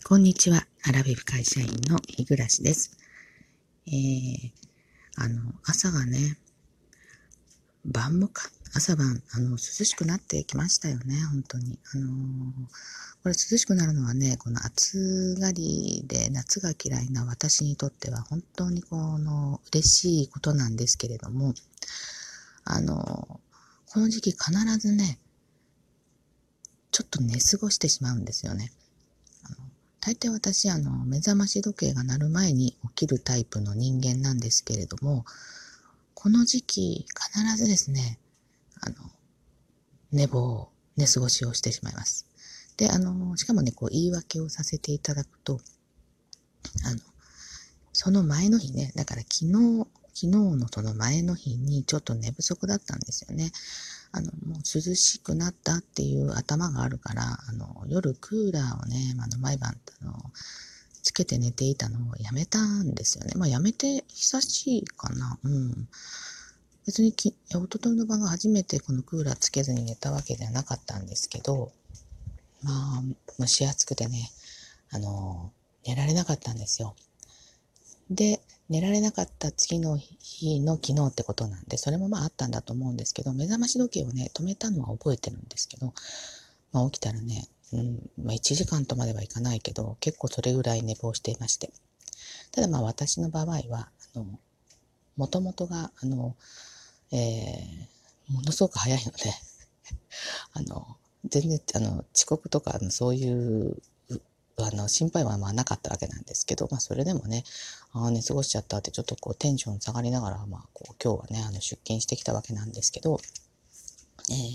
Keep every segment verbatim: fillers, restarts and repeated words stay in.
こんにちは。アラビフ会社員の日暮です。えー、あの、朝がね、晩もか、朝晩、あの、涼しくなってきましたよね、本当に。あのー、これ涼しくなるのはね、この暑がりで夏が嫌いな私にとっては本当にこの嬉しいことなんですけれども、あのー、この時期必ずね、ちょっと寝過ごしてしまうんですよね。大抵私、あの、目覚まし時計が鳴る前に起きるタイプの人間なんですけれども、この時期、必ずですね、あの、寝坊、寝過ごしをしてしまいます。で、あの、しかもね、こう、言い訳をさせていただくと、あの、その前の日ね、だから昨日、昨日のその前の日にちょっと寝不足だったんですよね。あの、もう涼しくなったっていう頭があるから、あの、夜クーラーをね、あの、毎晩、あの、つけて寝ていたのをやめたんですよね。まあやめて久しいかな。うん。別にき、一昨日の晩が初めてこのクーラーつけずに寝たわけではなかったんですけど、まあ、蒸し暑くてね、あの、寝られなかったんですよ。で、寝られなかった次の日の昨日ってことなんで、それもまああったんだと思うんですけど、目覚まし時計をね、止めたのは覚えてるんですけど、まあ起きたらね、うん、まあいちじかんとまではいかないけど、結構それぐらい寝坊していまして。ただまあ私の場合は、あの、もともとが、あの、えー、ものすごく早いので、あの、全然、あの、遅刻とか、あのそういう、あの、心配はまあなかったわけなんですけど、まあそれでもね、ああ、寝過ごしちゃったってちょっとこうテンション下がりながら、まあこう今日はね、あの出勤してきたわけなんですけど、えー、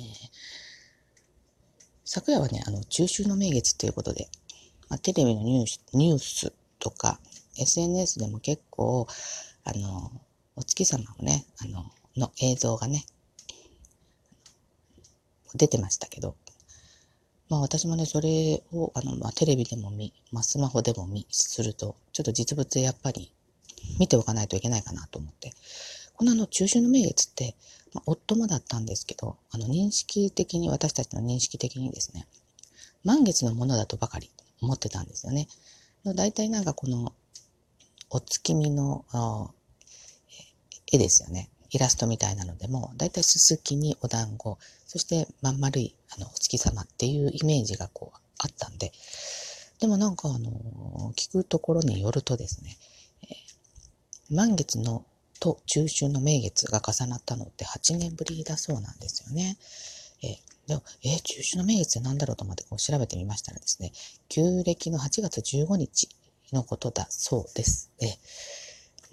昨夜はね、あの、中秋の名月ということで、まあ、テレビのニュース、ニュースとか、エスエヌエス でも結構、あの、お月様のね、あの、の映像がね、出てましたけど、まあ私もね、それを、あの、まあテレビでも見、まあスマホでも見、すると、ちょっと実物でやっぱり見ておかないといけないかなと思って。このあの、中秋の名月って、まあ、夫もだったんですけど、あの、認識的に、私たちの認識的にですね、満月のものだとばかり思ってたんですよね。大体なんかこの、お月見の、あ絵ですよね。イラストみたいなのでも、だいたいすすきにお団子、そしてまん丸いあのお月様っていうイメージがこうあったんで、でもなんかあの、聞くところによるとですね、えー、満月のと中秋の名月が重なったのってはちねんぶりだそうなんですよね。えーでも、えー、中秋の名月って何だろうと思ってこう調べてみましたらですね、旧暦のはちがつじゅうごにちのことだそうです。えーうん、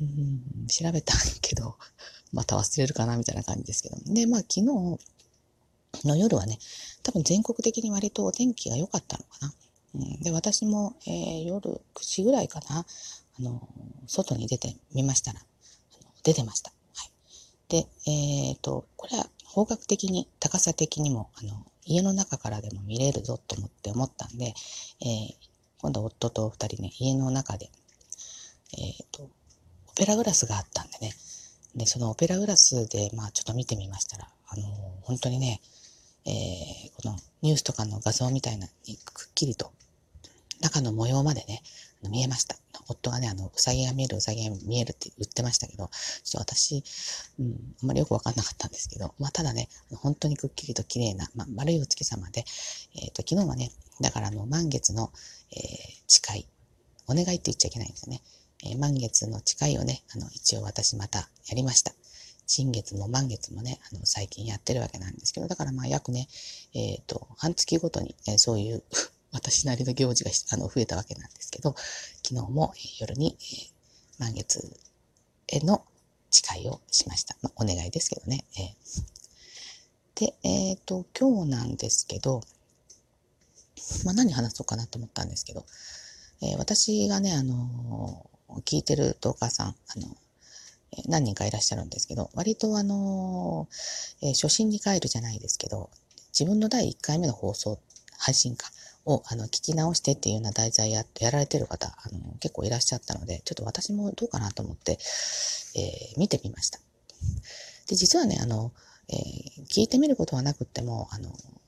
調べたけど、また忘れるかなみたいな感じですけど。で、まあ昨日の夜はね、多分全国的に割とお天気が良かったのかな。うん、で、私も、えー、夜くじぐらいかな、あの、外に出てみましたら、あの出てました。はい。で、えっと、これは方角的に、高さ的にも、あの、家の中からでも見れるぞと思って思ったんで、えー、今度夫と二人ね、家の中で、えっと、オペラグラスがあったんでね、で、そのオペラグラスで、まあちょっと見てみましたら、あのー本当にね、えー、このニュースとかの画像みたいなにくっきりと中の模様までね、見えました。夫がね、あの、うさぎが見える、うさぎが見えるって言ってましたけど、ちょっと私、うん、あんまりよくわかんなかったんですけど、まあただね、本当にくっきりと綺麗な、まあ、丸いお月様で、えっと、昨日はね、だからあの、満月の、えー、誓い、お願いって言っちゃいけないんですよね。えー、満月の誓いをね、あの、一応私またやりました。新月も満月もね、あの、最近やってるわけなんですけど、だからまあ約ね、えっと、半月ごとに、えー、そういう私なりの行事があの増えたわけなんですけど、昨日も夜に、えー、満月への誓いをしました。まあ、お願いですけどね。えー、で、えっと、今日なんですけど、まあ、何話そうかなと思ったんですけど、えー、私がね、あのー、聞いてるトーカーさん、あの、何人かいらっしゃるんですけど、割とあの、えー、初心に帰るじゃないですけど、自分のだいいっかいめの放送、配信かをあの聞き直してっていうような題材ややられてる方、あの結構いらっしゃったので、ちょっと私もどうかなと思って、えー、見てみました。で、実はね、あの、えー、聞いてみることはなくっても、あの、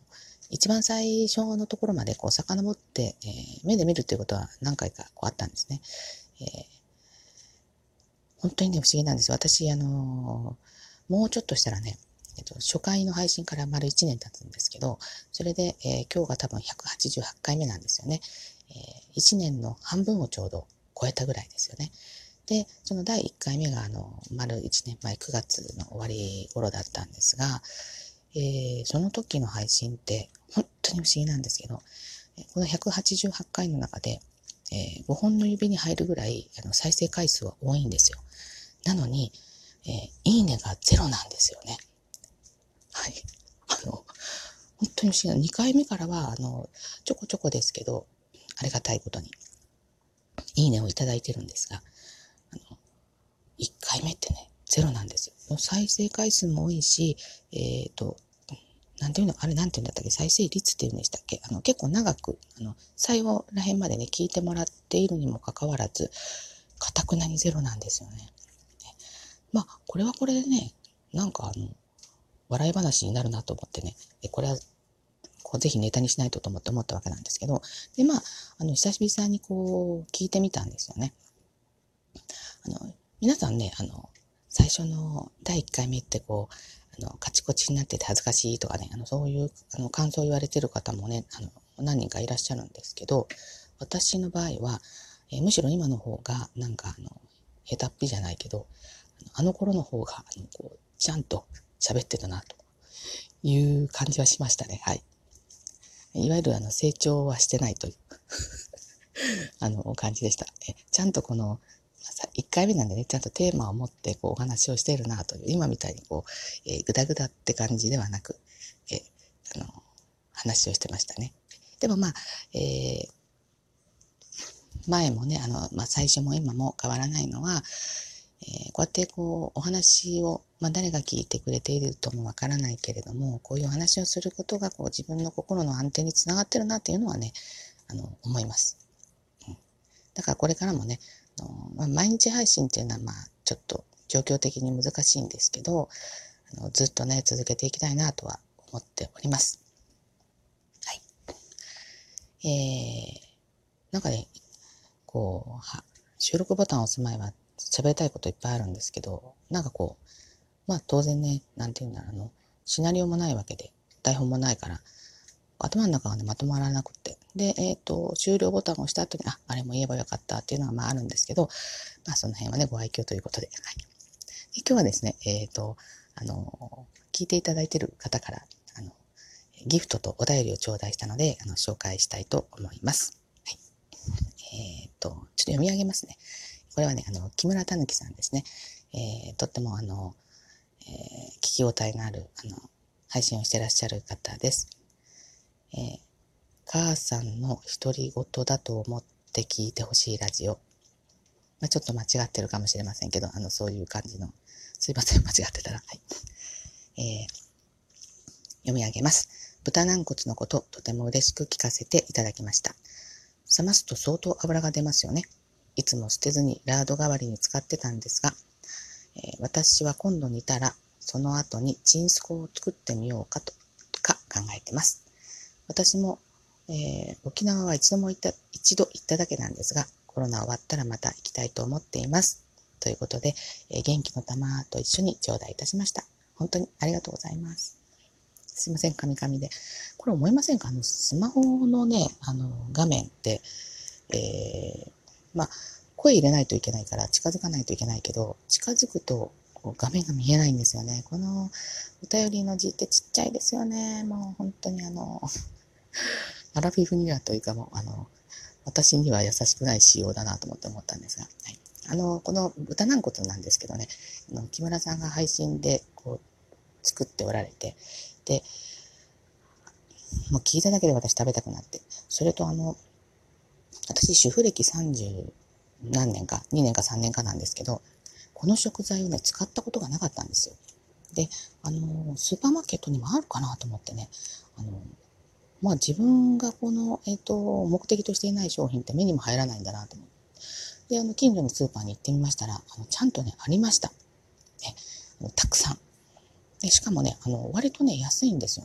一番最初のところまでこう遡って、えー、目で見るということは何回かこうあったんですね。えー、本当にね、不思議なんですよ。私、あのー、もうちょっとしたらね、えっと、初回の配信から丸いちねん経つんですけど、それで、えー、今日が多分ひゃくはちじゅうはちかいめなんですよね。えー、いちねんの半分をちょうど超えたぐらいですよね。で、そのだいいっかいめが、あの、丸いちねんまえくがつの終わり頃だったんですが、えー、その時の配信って本当に不思議なんですけど、このひゃくはちじゅうはちかいの中で、えー、ごほんの指に入るぐらいあの再生回数は多いんですよ。なのに、えー、いいねがゼロなんですよね。はい。あの、本当に不思議な。にかいめからは、あの、ちょこちょこですけど、ありがたいことに、いいねをいただいてるんですが、あの、いっかいめってね、ゼロなんですよ。再生回数も多いし、えっと、なんていうの、あれなんていうんだったっけ、再生率っていうんでしたっけ、あの、結構長く、あの、最後ら辺までね、聞いてもらっているにもかかわらず、かたくなにゼロなんですよね。まあ、これはこれでね、なんかあの、笑い話になるなと思ってね、これは、こうぜひネタにしないとと思って思ったわけなんですけど、で、まあ、あの、久々にこう、聞いてみたんですよね。あの、皆さんね、あの、最初のだいいっかいめってこう、あの、カチコチになってて恥ずかしいとかね、あの、そういう、あの、感想を言われてる方もね、あの、何人かいらっしゃるんですけど、私の場合は、えーむしろ今の方が、なんかあの、下手っぴじゃないけど、あの頃の方が、あの、こう、ちゃんと喋ってたな、という感じはしましたね。はい。いわゆる、あの、成長はしてないという、あの、感じでした。え、ちゃんとこの、いっかいめなんでね、ちゃんとテーマを持ってこうお話をしているなという、今みたいにこう、えー、ぐだぐだって感じではなく、えー、あの、話をしてましたね。でもまあ、えー、前もね、あの、まあ最初も今も変わらないのは、えー、こうやってこう、お話を、まあ誰が聞いてくれているともわからないけれども、こういうお話をすることがこう自分の心の安定につながってるなっていうのはね、あの、思います。うん、だからこれからもね、あのまあ、毎日配信っていうのはまあちょっと状況的に難しいんですけど、あのずっとね、続けていきたいなとは思っております。はい。えー、なんかね、こう、は収録ボタンを押す前は喋りたいこといっぱいあるんですけど、なんかこう、まあ当然ね、なんていうんだろう、あの、シナリオもないわけで、台本もないから、頭の中がね、まとまらなくて。で、えっと、終了ボタンを押した後に、あ、あれも言えばよかったっていうのはまああるんですけど、まあその辺はね、ご愛嬌ということで。はい。で今日はですね、えっと、あの、聞いていただいている方から、あの、ギフトとお便りを頂戴したので、あの、紹介したいと思います。はい。えっと、ちょっと読み上げますね。これはね、あの、木村たぬきさんですね。えー、とってもあの、えー、聞き応えのある、あの、配信をしてらっしゃる方です。えー、母さんの独り言だと思って聞いてほしいラジオ。まあ、ちょっと間違ってるかもしれませんけど、あの、そういう感じの、すいません、間違ってたら。はい。えー、読み上げます。豚軟骨のこと、とても嬉しく聞かせていただきました。冷ますと相当油が出ますよね。いつも捨てずにラード代わりに使ってたんですが、えー、私は今度煮たら、その後にチンスコを作ってみようかとか考えてます。私も、えー、沖縄は一度も行った、一度行っただけなんですが、コロナ終わったらまた行きたいと思っています。ということで、えー、元気の玉と一緒に頂戴いたしました。本当にありがとうございます。すいません、カミカミで。これ思いませんか？あの、スマホのね、あの、画面って、えー、まあ、声入れないといけないから近づかないといけないけど、近づくとこう画面が見えないんですよね。このお便りの字ってちっちゃいですよね。もう本当にあの、アラフィフにはというかもう、あの、私には優しくない仕様だなと思って思ったんですが、はい。あの、この豚軟骨なんですけどね、あの木村さんが配信でこう作っておられて、で、もう聞いただけで私食べたくなって、それとあの、私主婦歴さんじゅう何年か、にねんかさんねんかなんですけど、この食材をね、使ったことがなかったんですよ。で、あの、スーパーマーケットにもあるかなと思ってね、あの、まあ自分がこの、えっと、目的としていない商品って目にも入らないんだなと思って。で、あの、近所のスーパーに行ってみましたら、あの、ちゃんとね、ありました。ね、たくさん。で、しかもね、あの、割とね、安いんですよね。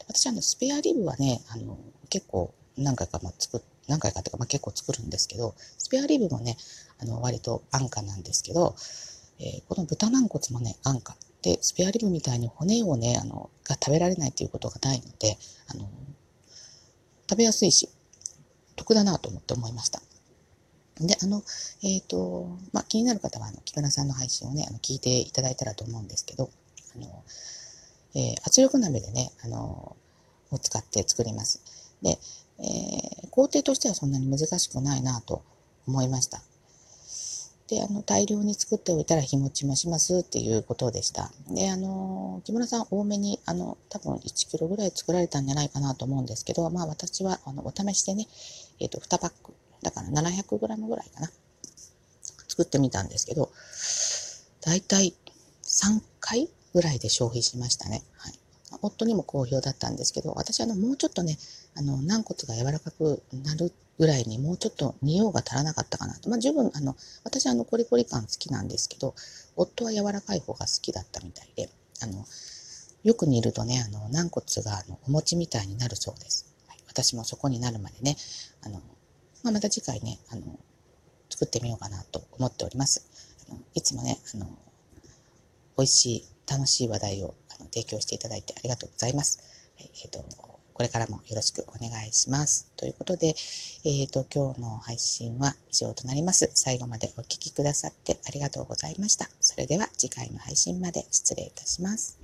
私あのスペアリブはね、あの結構何回かまあ作っ何回かっていうか、まあ、結構作るんですけど、スペアリブもね、あの割と安価なんですけど、えーこの豚軟骨もね、安価で、スペアリブみたいに骨をね、あのが食べられないということがないので、あの食べやすいし得だなと思って思いました。で、あの、えっ、と、まあ、気になる方は、あの、木村さんの配信をね、あの、聞いていただいたらと思うんですけど、あの、えー圧力鍋でね、あの、を使って作ります。で、えー工程としてはそんなに難しくないなと思いました。で、あの、大量に作っておいたら日持ちもしますっていうことでした。で、あの、木村さん多めに、あの、多分いちキロぐらい作られたんじゃないかなと思うんですけど、まあ私は、あの、お試しでね、えっ、と、にパック、だからななひゃくグラムぐらいかな、作ってみたんですけど、だいたいさんかいぐらいで消費しましたね。はい。夫にも好評だったんですけど、私あの、もうちょっとね、あの、軟骨が柔らかくなるぐらいにもうちょっと煮ようが足らなかったかなと。まあ十分、あの、私あの、コリコリ感好きなんですけど、夫は柔らかい方が好きだったみたいで、あの、よく煮るとね、あの、軟骨があのお餅みたいになるそうです。はい、私もそこになるまでね、あの、まあ、また次回ね、あの、作ってみようかなと思っております。あのいつもね、あの、美味しい、楽しい話題をあの提供していただいてありがとうございます。えっ、ー、と、これからもよろしくお願いします。ということで、えっ、ー、と、今日の配信は以上となります。最後までお聞きくださってありがとうございました。それでは次回の配信まで失礼いたします。